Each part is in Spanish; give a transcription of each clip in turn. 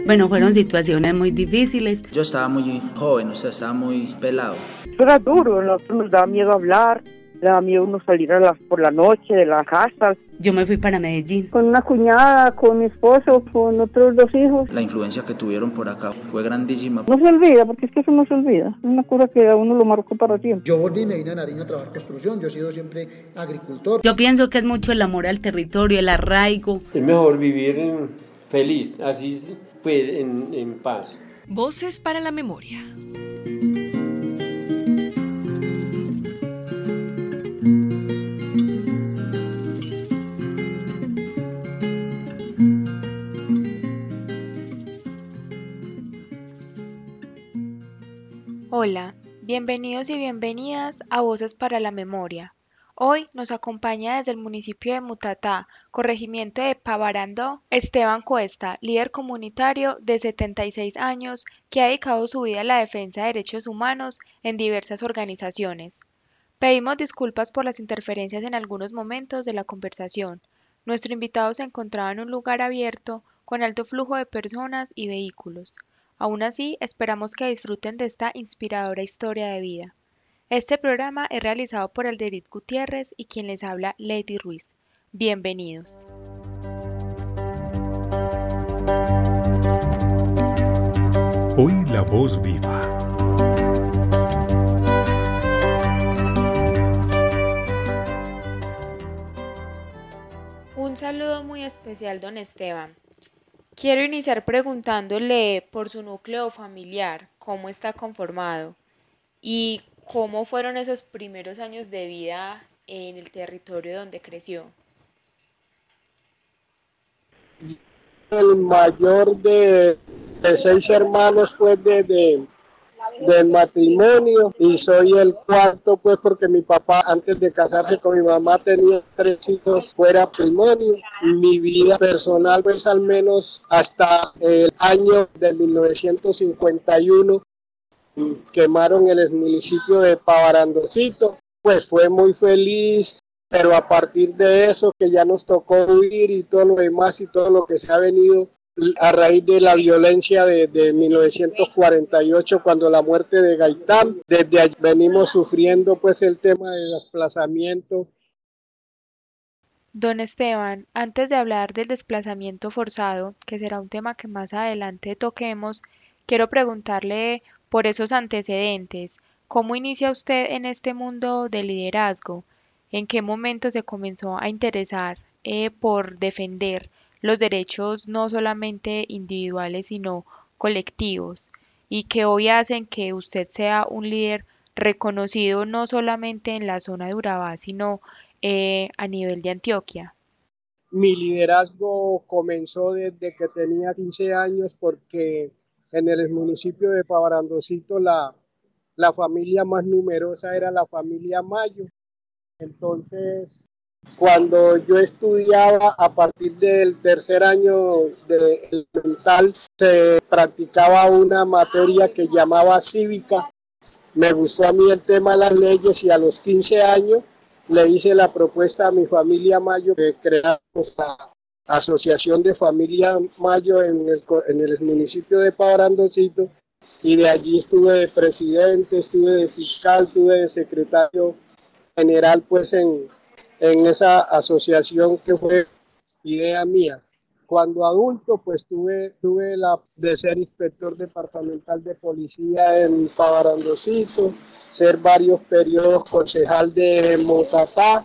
Bueno, fueron situaciones muy difíciles. Yo estaba muy joven, o sea, estaba muy pelado. Era duro, a nosotros nos daba miedo hablar, le daba miedo uno salir por la noche de la casa. Yo me fui para Medellín. Con una cuñada, con mi esposo, con otros 2 hijos. La influencia que tuvieron por acá fue grandísima. No se olvida, porque es que eso no se olvida. Es una cosa que a uno lo marcó para siempre. Yo volví y me vine a Nariño a trabajar construcción. Yo he sido siempre agricultor. Yo pienso que es mucho el amor al territorio, el arraigo. Es mejor vivir feliz, así pues en paz. Voces para la memoria. Hola, bienvenidos y bienvenidas a Voces para la Memoria. Hoy nos acompaña desde el municipio de Mutatá, corregimiento de Pavarandó, Esteban Cuesta, líder comunitario de 76 años que ha dedicado su vida a la defensa de derechos humanos en diversas organizaciones. Pedimos disculpas por las interferencias en algunos momentos de la conversación. Nuestro invitado se encontraba en un lugar abierto con alto flujo de personas y vehículos. Aún así, esperamos que disfruten de esta inspiradora historia de vida. Este programa es realizado por Alderit Gutiérrez y quien les habla, Lady Ruiz. Bienvenidos. Hoy la voz viva. Un saludo muy especial, don Esteban. Quiero iniciar preguntándole por su núcleo familiar, cómo está conformado y cómo fueron esos primeros años de vida en el territorio donde creció. El mayor de 6 hermanos pues del matrimonio, y soy el cuarto pues porque mi papá antes de casarse con mi mamá tenía 3 hijos fuera matrimonio. Mi vida personal pues al menos hasta el año de 1951 quemaron el municipio de Pavarandocito, pues fue muy feliz, pero a partir de eso que ya nos tocó huir y todo lo demás y todo lo que se ha venido a raíz de la violencia de 1948, cuando la muerte de Gaitán, desde allí venimos sufriendo pues el tema del desplazamiento. Don Esteban, antes de hablar del desplazamiento forzado, que será un tema que más adelante toquemos, quiero preguntarle por esos antecedentes. ¿Cómo inicia usted en este mundo del liderazgo? ¿En qué momento se comenzó a interesar por defender los derechos no solamente individuales, sino colectivos, y que hoy hacen que usted sea un líder reconocido no solamente en la zona de Urabá, sino a nivel de Antioquia? Mi liderazgo comenzó desde que tenía 15 años porque en el municipio de Pavarandocito la familia más numerosa era la familia Mayo. Entonces, cuando yo estudiaba, a partir del tercer año de elemental, se practicaba una materia que llamaba cívica. Me gustó a mí el tema de las leyes y a los 15 años le hice la propuesta a mi familia Mayo de crear la Asociación de Familia Mayo en el municipio de Pavarandocito, y de allí estuve de presidente, estuve de fiscal, estuve de secretario general pues en esa asociación que fue idea mía. Cuando adulto pues tuve la de ser inspector departamental de policía en Pavarandocito, ser varios periodos concejal de Mutatá,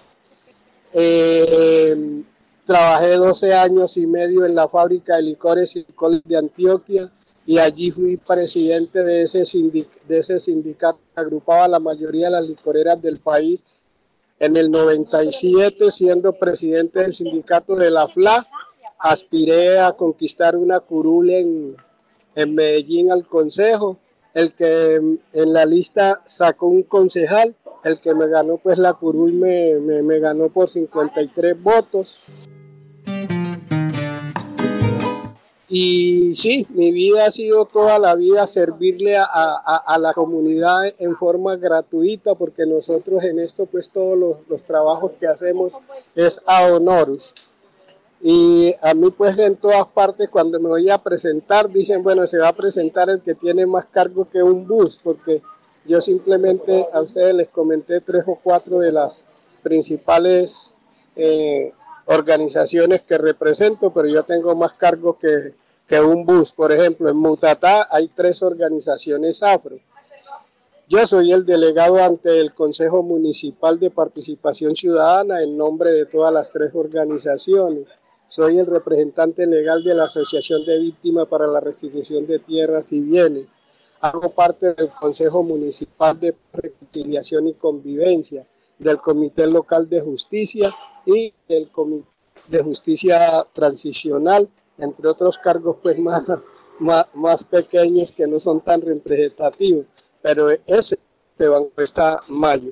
trabajé 12 años y medio en la fábrica de licores y alcoholes de Antioquia, y allí fui presidente de ese sindicato que agrupaba la mayoría de las licoreras del país. En el 97, siendo presidente del sindicato de la FLA, aspiré a conquistar una curul en Medellín al consejo. El que en la lista sacó un concejal, el que me ganó pues la curul me ganó por 53 votos. Y sí, mi vida ha sido toda la vida servirle a la comunidad en forma gratuita, porque nosotros en esto pues todos los trabajos que hacemos es ad honorem. Y a mí pues en todas partes cuando me voy a presentar dicen, bueno, se va a presentar el que tiene más cargo que un bus, porque yo simplemente a ustedes les comenté 3 o 4 de las principales organizaciones que represento, pero yo tengo más cargo que un bus. Por ejemplo, en Mutatá hay 3 organizaciones afro. Yo soy el delegado ante el Consejo Municipal de Participación Ciudadana en nombre de todas las 3 organizaciones. Soy el representante legal de la Asociación de Víctimas para la Restitución de Tierras y Bienes. Hago parte del Consejo Municipal de Reconciliación y Convivencia, del Comité Local de Justicia y del Comité de Justicia Transicional, entre otros cargos pues más pequeños que no son tan representativos, pero ese banco está mayo.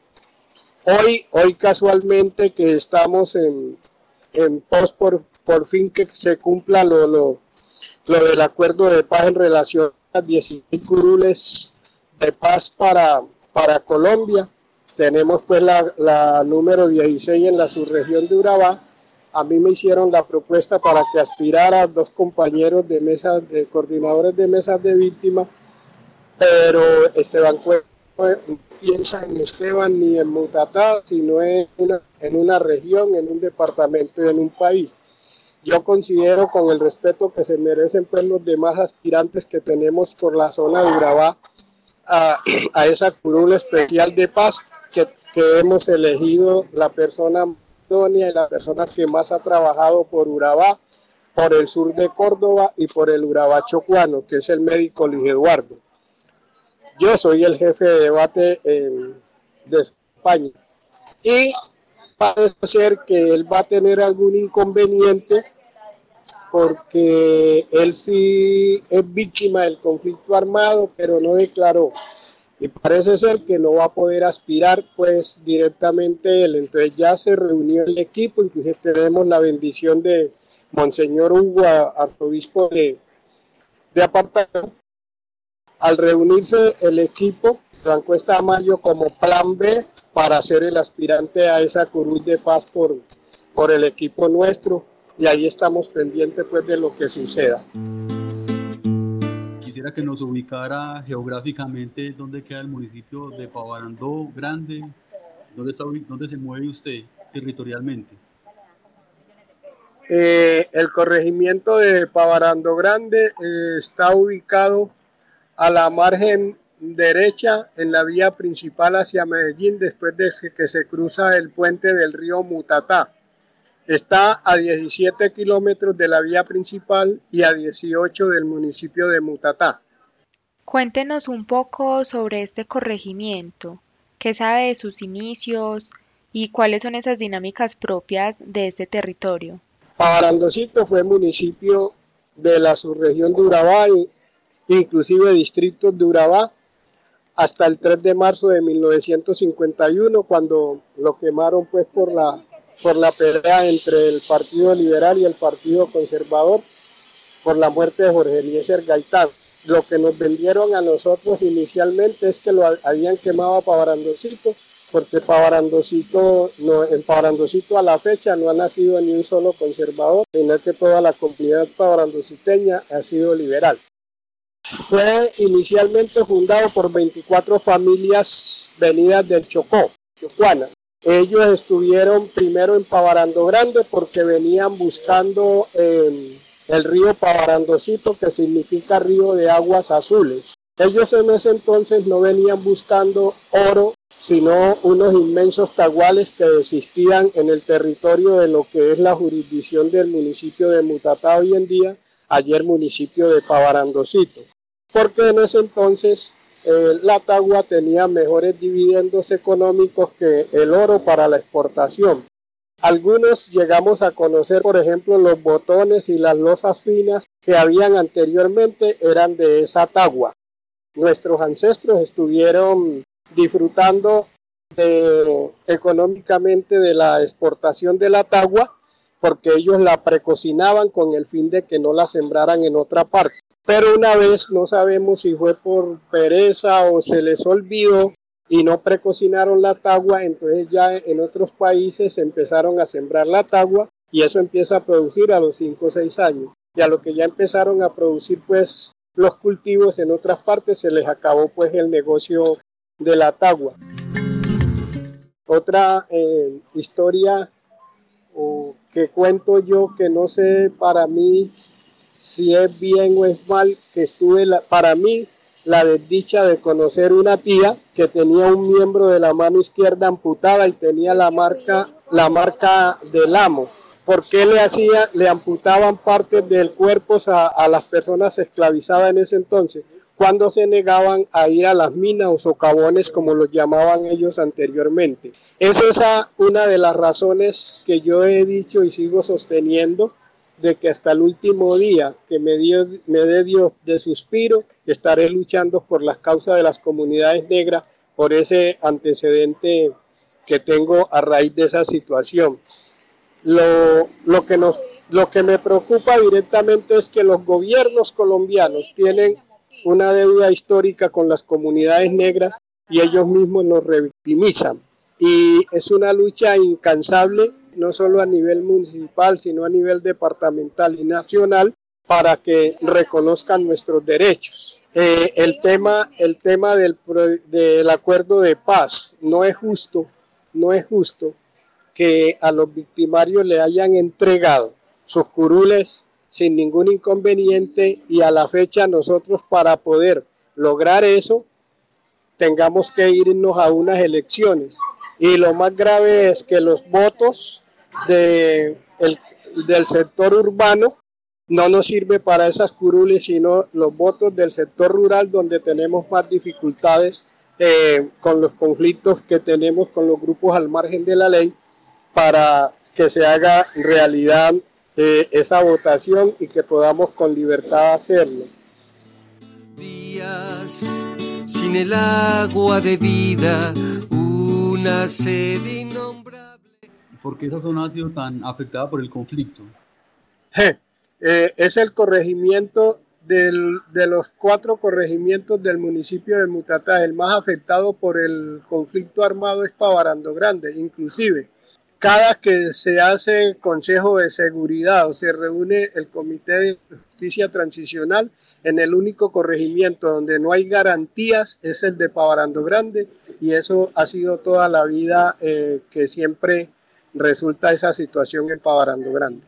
Hoy casualmente que estamos en pos por fin que se cumpla lo del acuerdo de paz en relación a 16 curules de paz para Colombia. Tenemos pues la número 16 en la subregión de Urabá. A mí me hicieron la propuesta para que aspirara 2 compañeros de coordinadores de mesas de víctimas, pero Esteban Cuesta no piensa en Esteban ni en Mutatá, sino en una región, en un departamento y en un país. Yo considero, con el respeto que se merecen pues los demás aspirantes que tenemos por la zona de Urabá, a esa curul especial de paz que hemos elegido la persona idónea y la persona que más ha trabajado por Urabá, por el sur de Córdoba y por el Urabá chocuano, que es el médico Luis Eduardo. Yo soy el jefe de debate de España y parece ser que él va a tener algún inconveniente porque él sí es víctima del conflicto armado, pero no declaró. Y parece ser que no va a poder aspirar pues directamente él. Entonces ya se reunió el equipo, incluso tenemos la bendición de Monseñor Hugo, arzobispo de Apartado. Al reunirse el equipo, Esteban Cuesta Mayo como plan B para ser el aspirante a esa curul de paz por el equipo nuestro, y ahí estamos pendientes pues de lo que suceda. Quisiera que nos ubicara geográficamente dónde queda el municipio de Pavarandó Grande, dónde se mueve usted territorialmente. El corregimiento de Pavarandó Grande está ubicado a la margen derecha en la vía principal hacia Medellín, después de que se cruza el puente del río Mutatá. Está a 17 kilómetros de la vía principal y a 18 del municipio de Mutatá. Cuéntenos un poco sobre este corregimiento. ¿Qué sabe de sus inicios y cuáles son esas dinámicas propias de este territorio? Pavarandocito fue municipio de la subregión de Urabá, inclusive distritos de Urabá, hasta el 3 de marzo de 1951, cuando lo quemaron pues por la pelea entre el Partido Liberal y el Partido Conservador, por la muerte de Jorge Eliezer Gaitán. Lo que nos vendieron a nosotros inicialmente es que lo habían quemado a Pavarandocito, porque en Pavarandocito a la fecha no ha nacido ni un solo conservador, sino que toda la comunidad pavarandociteña ha sido liberal. Fue inicialmente fundado por 24 familias venidas del Chocó, chocuanas. Ellos estuvieron primero en Pavarandó Grande porque venían buscando el río Pavarandocito, que significa río de aguas azules. Ellos en ese entonces no venían buscando oro, sino unos inmensos taguales que existían en el territorio de lo que es la jurisdicción del municipio de Mutatá hoy en día, ayer municipio de Pavarandocito. Porque en ese entonces la tagua tenía mejores dividendos económicos que el oro para la exportación. Algunos llegamos a conocer, por ejemplo, los botones y las losas finas que habían anteriormente eran de esa tagua. Nuestros ancestros estuvieron disfrutando económicamente de la exportación de la tagua porque ellos la precocinaban con el fin de que no la sembraran en otra parte. Pero una vez, no sabemos si fue por pereza o se les olvidó y no precocinaron la tagua, entonces ya en otros países empezaron a sembrar la tagua y eso empieza a producir a los 5 o 6 años. Y a lo que ya empezaron a producir pues los cultivos en otras partes, se les acabó pues el negocio de la tagua. Otra historia que cuento yo, que no sé para mí si es bien o es mal, que para mí la desdicha de conocer una tía que tenía un miembro de la mano izquierda amputada y tenía la marca del amo. ¿Por qué le amputaban partes del cuerpo a las personas esclavizadas en ese entonces? Cuando se negaban a ir a las minas o socavones, como los llamaban ellos anteriormente. Es esa una de las razones que yo he dicho y sigo sosteniendo, de que hasta el último día que me dé Dios de suspiro, estaré luchando por las causas de las comunidades negras, por ese antecedente que tengo a raíz de esa situación. Lo que me preocupa directamente es que los gobiernos colombianos tienen una deuda histórica con las comunidades negras y ellos mismos nos revictimizan. Y es una lucha incansable, no solo a nivel municipal, sino a nivel departamental y nacional, para que reconozcan nuestros derechos. El tema del acuerdo de paz, no es justo que a los victimarios le hayan entregado sus curules sin ningún inconveniente, y a la fecha nosotros, para poder lograr eso, tengamos que irnos a unas elecciones. Y lo más grave es que los votos del sector urbano no nos sirve para esas curules, sino los votos del sector rural, donde tenemos más dificultades con los conflictos que tenemos con los grupos al margen de la ley, para que se haga realidad esa votación y que podamos con libertad hacerlo. Días sin el agua de vida, una sed innombrable. ¿Por qué esa zona ha sido tan afectada por el conflicto? Es el corregimiento de los 4 corregimientos del municipio de Mutatá. El más afectado por el conflicto armado es Pavarando Grande. Inclusive, cada que se hace consejo de seguridad o se reúne el Comité de Justicia Transicional, en el único corregimiento donde no hay garantías es el de Pavarando Grande, y eso ha sido toda la vida que siempre resulta esa situación en Pavarando Grande.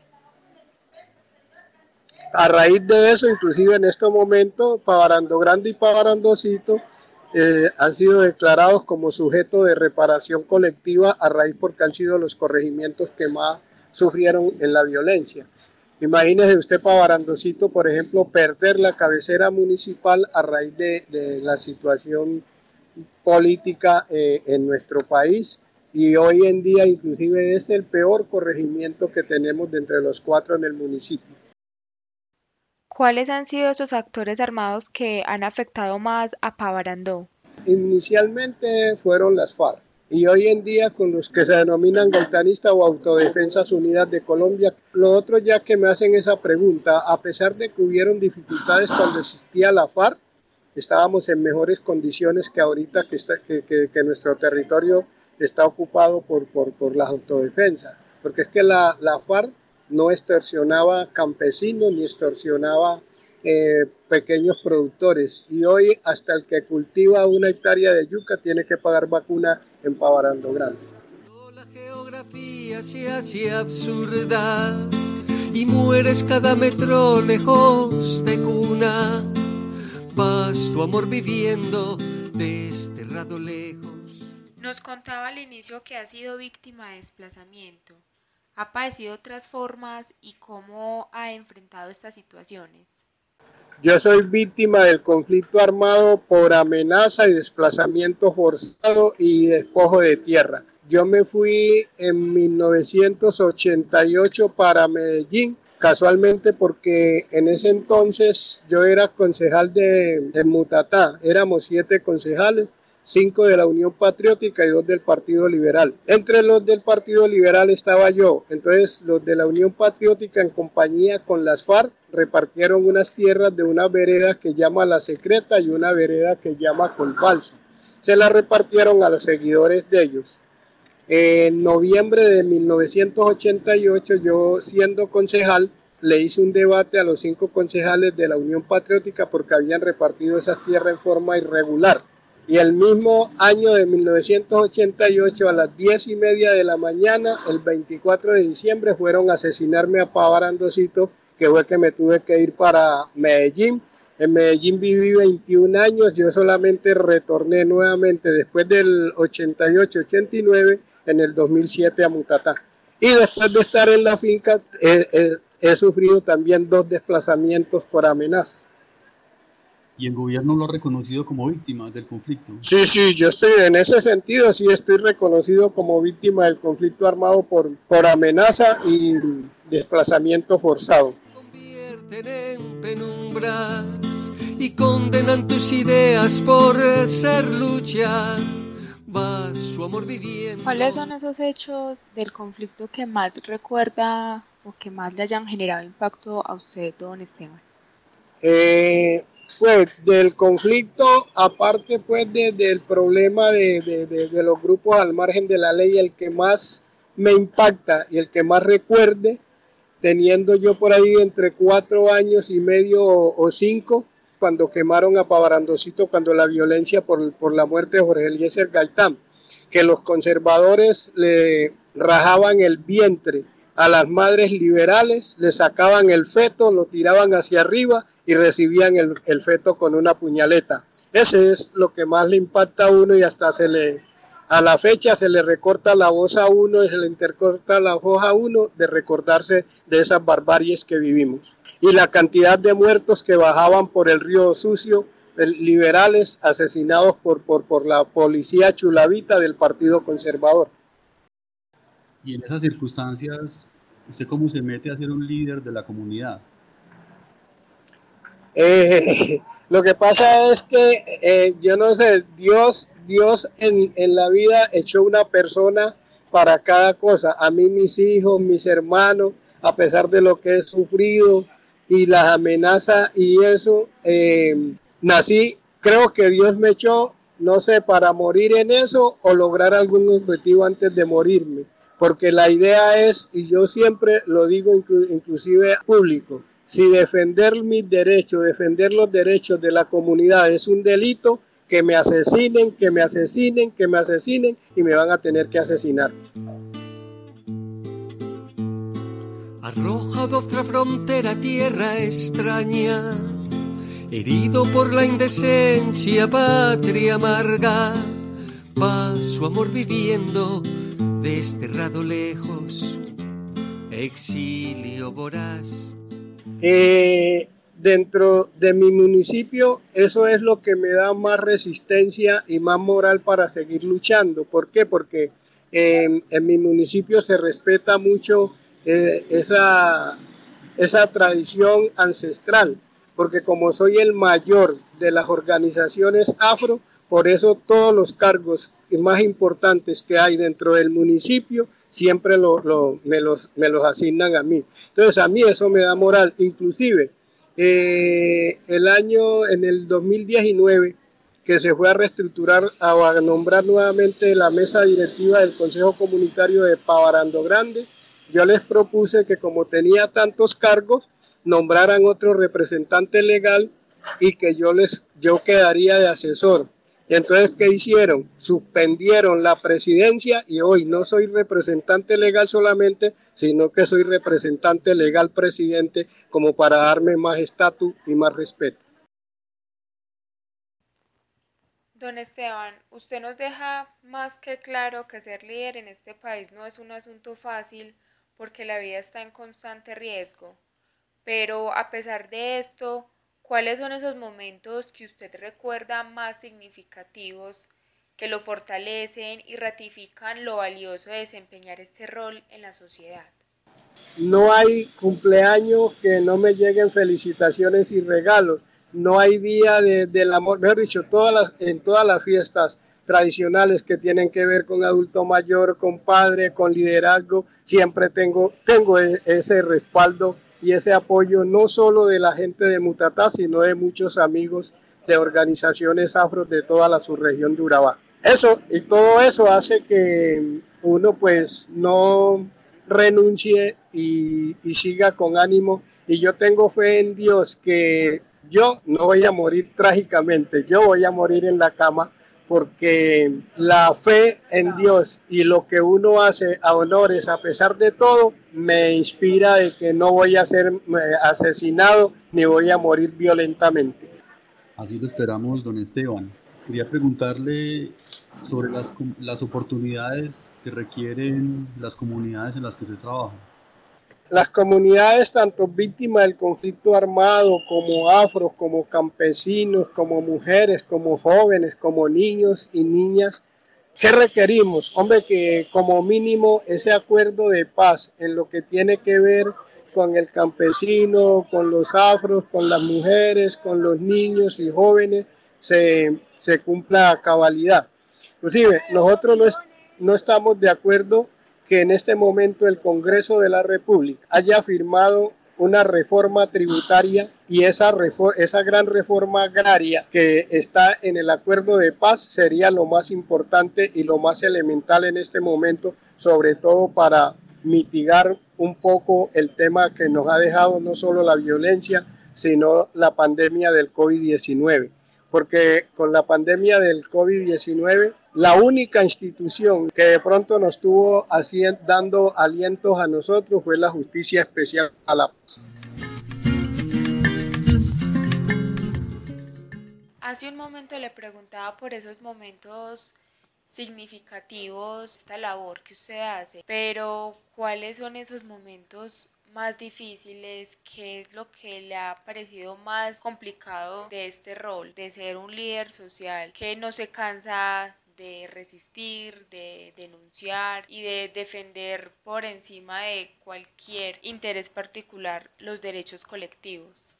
A raíz de eso, inclusive en este momento, Pavarando Grande y Pavarandocito han sido declarados como sujeto de reparación colectiva a raíz, porque han sido los corregimientos que más sufrieron en la violencia. Imagínese usted, Pavarandocito, por ejemplo, perder la cabecera municipal a raíz de la situación política en nuestro país, y hoy en día inclusive es el peor corregimiento que tenemos de entre los 4 en el municipio. ¿Cuáles han sido esos actores armados que han afectado más a Pavarandó? Inicialmente fueron las FARC, y hoy en día con los que se denominan gaitanistas o Autodefensas Unidas de Colombia. Lo otro, ya que me hacen esa pregunta, a pesar de que hubieron dificultades cuando existía la FARC, estábamos en mejores condiciones que ahorita que nuestro territorio está ocupado por las autodefensas, porque es que la FARC no extorsionaba campesinos ni extorsionaba pequeños productores, y hoy hasta el que cultiva 1 hectárea de yuca tiene que pagar vacuna en Pavarando Grande. La geografía se hace absurda y mueres cada metro lejos de cuna. Vas tu amor viviendo desterrado lejos. Nos contaba al inicio que ha sido víctima de desplazamiento. ¿Ha padecido otras formas y cómo ha enfrentado estas situaciones? Yo soy víctima del conflicto armado por amenaza y desplazamiento forzado y despojo de tierra. Yo me fui en 1988 para Medellín, casualmente porque en ese entonces yo era concejal de Mutatá. Éramos 7 concejales, 5 de la Unión Patriótica y 2 del Partido Liberal. Entre los del Partido Liberal estaba yo. Entonces los de la Unión Patriótica, en compañía con las FARC, repartieron unas tierras de una vereda que llama La Secreta y una vereda que llama Colfalso. Se las repartieron a los seguidores de ellos. En noviembre de 1988, yo siendo concejal, le hice un debate a los 5 concejales de la Unión Patriótica porque habían repartido esas tierras en forma irregular. Y el mismo año de 1988, a las 10:30 de la mañana, el 24 de diciembre, fueron a asesinarme a Pavarandocito, que fue que me tuve que ir para Medellín. En Medellín viví 21 años, yo solamente retorné nuevamente después del 88-89, en el 2007 a Mutatá. Y después de estar en la finca, he sufrido también 2 desplazamientos por amenaza. ¿Y el gobierno lo ha reconocido como víctima del conflicto? Sí, yo estoy en ese sentido, sí estoy reconocido como víctima del conflicto armado por amenaza y desplazamiento forzado. Convierten en penumbras y condenan tus ideas por ser lucha. Va su amor viviendo. ¿Cuáles son esos hechos del conflicto que más recuerda o que más le hayan generado impacto a usted, don Esteban? Pues del conflicto, aparte pues del problema de los grupos al margen de la ley, el que más me impacta y el que más recuerde, teniendo yo por ahí entre 4 años y medio o 5, cuando quemaron a Pavarandocito, cuando la violencia por la muerte de Jorge Eliezer Gaitán, que los conservadores le rajaban el vientre a las madres liberales, le sacaban el feto, lo tiraban hacia arriba y recibían el feto con una puñaleta. Ese es lo que más le impacta a uno y hasta a la fecha se le recorta la voz a uno y se le intercorta la voz a uno de recordarse de esas barbaries que vivimos. Y la cantidad de muertos que bajaban por el río Sucio, liberales asesinados por la policía chulavita del Partido Conservador. Y en esas circunstancias, ¿usted cómo se mete a ser un líder de la comunidad? Lo que pasa es que, yo no sé, Dios en la vida echó una persona para cada cosa. A mí, mis hijos, mis hermanos, a pesar de lo que he sufrido y las amenazas y eso, nací, creo que Dios me echó, no sé, para morir en eso o lograr algún objetivo antes de morirme. Porque la idea es, y yo siempre lo digo inclusive público, si defender mis derechos, defender los derechos de la comunidad es un delito, que me asesinen y me van a tener que asesinar. Arrojado a otra frontera, tierra extraña, herido por la indecencia, patria amarga, va su amor viviendo desterrado lejos, exilio voraz. Dentro de mi municipio, eso es lo que me da más resistencia y más moral para seguir luchando. ¿Por qué? Porque en mi municipio se respeta mucho esa tradición ancestral, porque como soy el mayor de las organizaciones afro, por eso todos los cargos más importantes que hay dentro del municipio siempre me los asignan a mí. Entonces a mí eso me da moral. Inclusive en el 2019, que se fue a reestructurar, a nombrar nuevamente la mesa directiva del Consejo Comunitario de Pavarando Grande, yo les propuse que como tenía tantos cargos, nombraran otro representante legal y que yo quedaría de asesor. Entonces, ¿qué hicieron? Suspendieron la presidencia y hoy no soy representante legal solamente, sino que soy representante legal presidente, como para darme más estatus y más respeto. Don Esteban, usted nos deja más que claro que ser líder en este país no es un asunto fácil porque la vida está en constante riesgo. Pero a pesar de esto, ¿cuáles son esos momentos que usted recuerda más significativos, que lo fortalecen y ratifican lo valioso de desempeñar este rol en la sociedad? No hay cumpleaños que no me lleguen felicitaciones y regalos. No hay día del amor, mejor dicho, en todas las fiestas tradicionales que tienen que ver con adulto mayor, con padre, con liderazgo, siempre tengo ese respaldo y ese apoyo no solo de la gente de Mutatá, sino de muchos amigos de organizaciones afro de toda la subregión de Urabá. Eso y todo eso hace que uno pues no renuncie y siga con ánimo. Y yo tengo fe en Dios que yo no voy a morir trágicamente, yo voy a morir en la cama, porque la fe en Dios y lo que uno hace a honores a pesar de todo me inspira de que no voy a ser asesinado ni voy a morir violentamente. Así lo esperamos, don Esteban. Quería preguntarle sobre las oportunidades que requieren las comunidades en las que usted trabaja. Las comunidades, tanto víctimas del conflicto armado, como afros, como campesinos, como mujeres, como jóvenes, como niños y niñas, ¿qué requerimos? Hombre, que como mínimo ese acuerdo de paz en lo que tiene que ver con el campesino, con los afros, con las mujeres, con los niños y jóvenes, se cumpla a cabalidad. Inclusive, nosotros no estamos de acuerdo que en este momento el Congreso de la República haya firmado una reforma tributaria y esa gran reforma agraria que está en el acuerdo de paz sería lo más importante y lo más elemental en este momento, sobre todo para mitigar un poco el tema que nos ha dejado no solo la violencia, sino la pandemia del COVID-19. Porque con la pandemia del COVID-19, la única institución que de pronto nos estuvo dando alientos a nosotros fue la Justicia Especial a la Paz. Hace un momento le preguntaba por esos momentos significativos, esta labor que usted hace, pero ¿cuáles son esos momentos más difíciles? ¿Qué es lo que le ha parecido más complicado de este rol, de ser un líder social que no se cansa de resistir, de denunciar y de defender por encima de cualquier interés particular los derechos colectivos?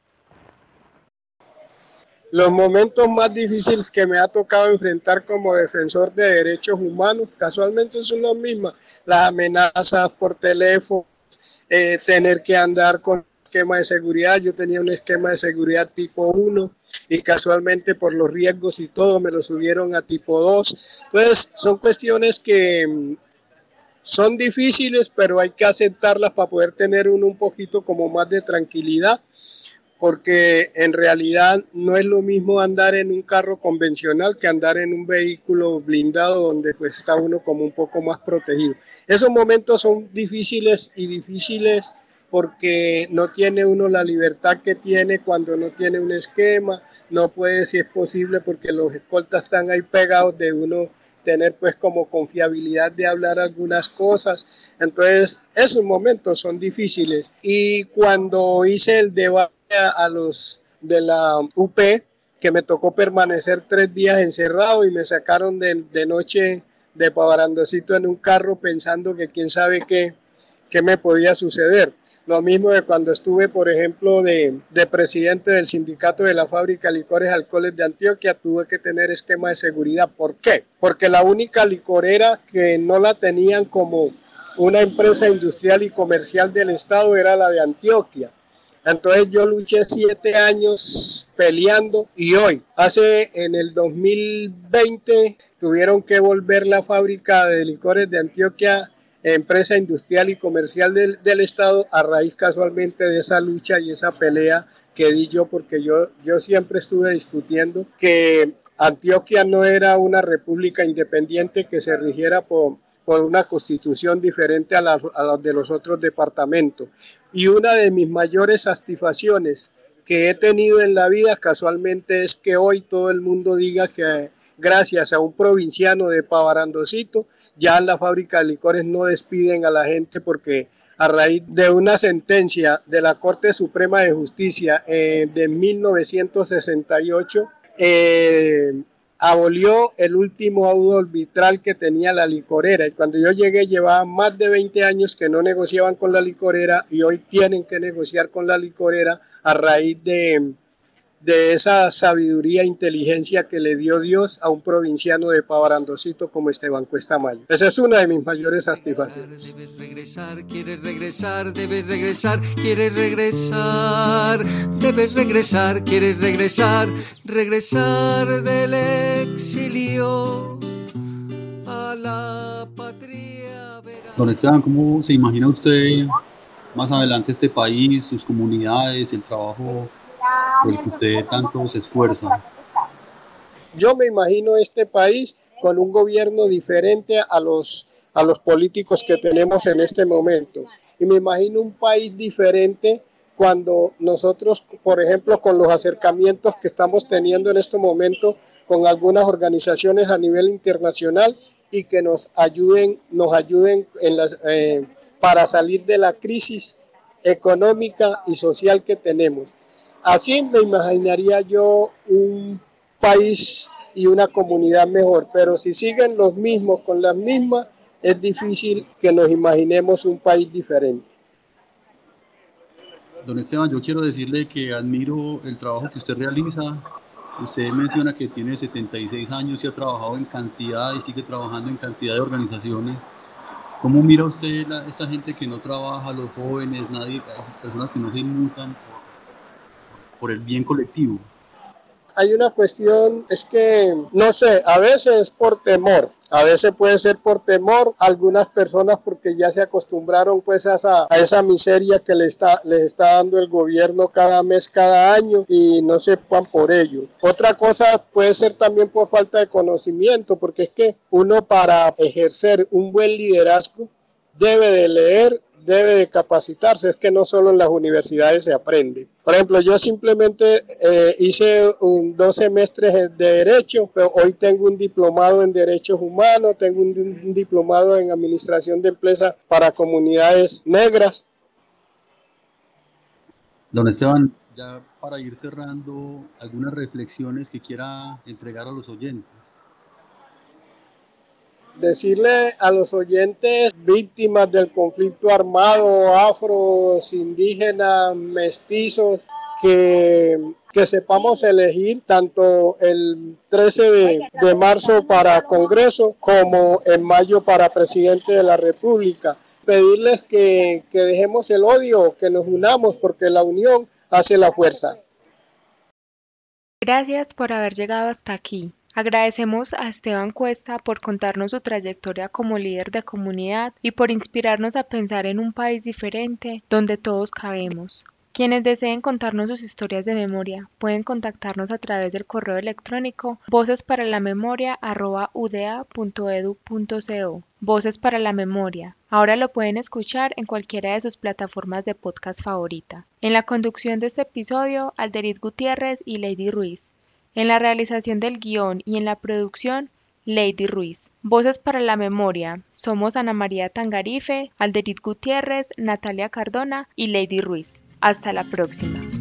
Los momentos más difíciles que me ha tocado enfrentar como defensor de derechos humanos casualmente son los mismos, las amenazas por teléfono, tener que andar con esquema de seguridad. Yo tenía un esquema de seguridad tipo 1 y casualmente por los riesgos y todo me lo subieron a tipo 2. Pues son cuestiones que son difíciles, pero hay que aceptarlas para poder tener un poquito como más de tranquilidad, porque en realidad no es lo mismo andar en un carro convencional que andar en un vehículo blindado donde pues está uno como un poco más protegido. Esos momentos son difíciles porque no tiene uno la libertad que tiene cuando no tiene un esquema, no puede, si es posible, porque los escoltas están ahí pegados, de uno tener pues como confiabilidad de hablar algunas cosas. Entonces esos momentos son difíciles. Y cuando hice el debate a los de la UP, que me tocó permanecer 3 días encerrado y me sacaron de noche de Pavarandocito en un carro pensando que quién sabe qué me podía suceder. Lo mismo de cuando estuve, por ejemplo, de presidente del sindicato de la fábrica de licores y alcoholes de Antioquia, tuve que tener esquema de seguridad. ¿Por qué? Porque la única licorera que no la tenían como una empresa industrial y comercial del Estado era la de Antioquia. Entonces yo luché 7 años peleando y hoy, en el 2020, tuvieron que volver la fábrica de licores de Antioquia empresa industrial y comercial del Estado, a raíz casualmente de esa lucha y esa pelea que di yo, porque yo siempre estuve discutiendo que Antioquia no era una república independiente que se rigiera por una constitución diferente a la de los otros departamentos. Y una de mis mayores satisfacciones que he tenido en la vida casualmente es que hoy todo el mundo diga que gracias a un provinciano de Pavarandocito ya en la fábrica de licores no despiden a la gente, porque a raíz de una sentencia de la Corte Suprema de Justicia de 1968 abolió el último auto arbitral que tenía la licorera, y cuando yo llegué llevaba más de 20 años que no negociaban con la licorera y hoy tienen que negociar con la licorera a raíz de esa sabiduría e inteligencia que le dio Dios a un provinciano de Pavarandocito como Esteban Cuesta Mayo. Esa es una de mis mayores satisfacciones. Debes regresar, quieres regresar, debes regresar, quieres regresar, debes regresar, quieres regresar, regresar del exilio. a la patria. Don Esteban, ¿cómo se imagina usted más adelante este país, sus comunidades, el trabajo por el que usted tanto se esfuerza? Yo me imagino este país con un gobierno diferente a los políticos que tenemos en este momento. Y me imagino un país diferente cuando nosotros, por ejemplo, con los acercamientos que estamos teniendo en este momento con algunas organizaciones a nivel internacional y que nos ayuden para salir de la crisis económica y social que tenemos. Así me imaginaría yo un país y una comunidad mejor, pero si siguen los mismos con las mismas, es difícil que nos imaginemos un país diferente. Don Esteban, yo quiero decirle que admiro el trabajo que usted realiza. Usted menciona que tiene 76 años y ha trabajado en cantidad y sigue trabajando en cantidad de organizaciones. ¿Cómo mira usted esta gente que no trabaja, los jóvenes, personas que no se inmutan por el bien colectivo? Hay una cuestión, es que, no sé, a veces por temor, a veces puede ser por temor, algunas personas porque ya se acostumbraron pues a esa miseria que les está dando el gobierno cada mes, cada año y no se preocupan por ello. Otra cosa puede ser también por falta de conocimiento, porque es que uno para ejercer un buen liderazgo debe de leer, debe de capacitarse, es que no solo en las universidades se aprende. Por ejemplo, yo simplemente hice 2 semestres de Derecho, pero hoy tengo un diplomado en Derechos Humanos, tengo un diplomado en Administración de Empresas para Comunidades Negras. Don Esteban, ya para ir cerrando, algunas reflexiones que quiera entregar a los oyentes. Decirle a los oyentes víctimas del conflicto armado, afros, indígenas, mestizos, que sepamos elegir tanto el 13 de marzo para Congreso como en mayo para Presidente de la República. Pedirles que dejemos el odio, que nos unamos porque la unión hace la fuerza. Gracias por haber llegado hasta aquí. Agradecemos a Esteban Cuesta por contarnos su trayectoria como líder de comunidad y por inspirarnos a pensar en un país diferente donde todos cabemos. Quienes deseen contarnos sus historias de memoria pueden contactarnos a través del correo electrónico vocesparaLamemoria@udea.edu.co. Voces para la Memoria. Ahora lo pueden escuchar en cualquiera de sus plataformas de podcast favorita. En la conducción de este episodio, Alderit Gutiérrez y Lady Ruiz. En la realización del guión y en la producción, Lady Ruiz. Voces para la Memoria. Somos Ana María Tangarife, Alderit Gutiérrez, Natalia Cardona y Lady Ruiz. Hasta la próxima.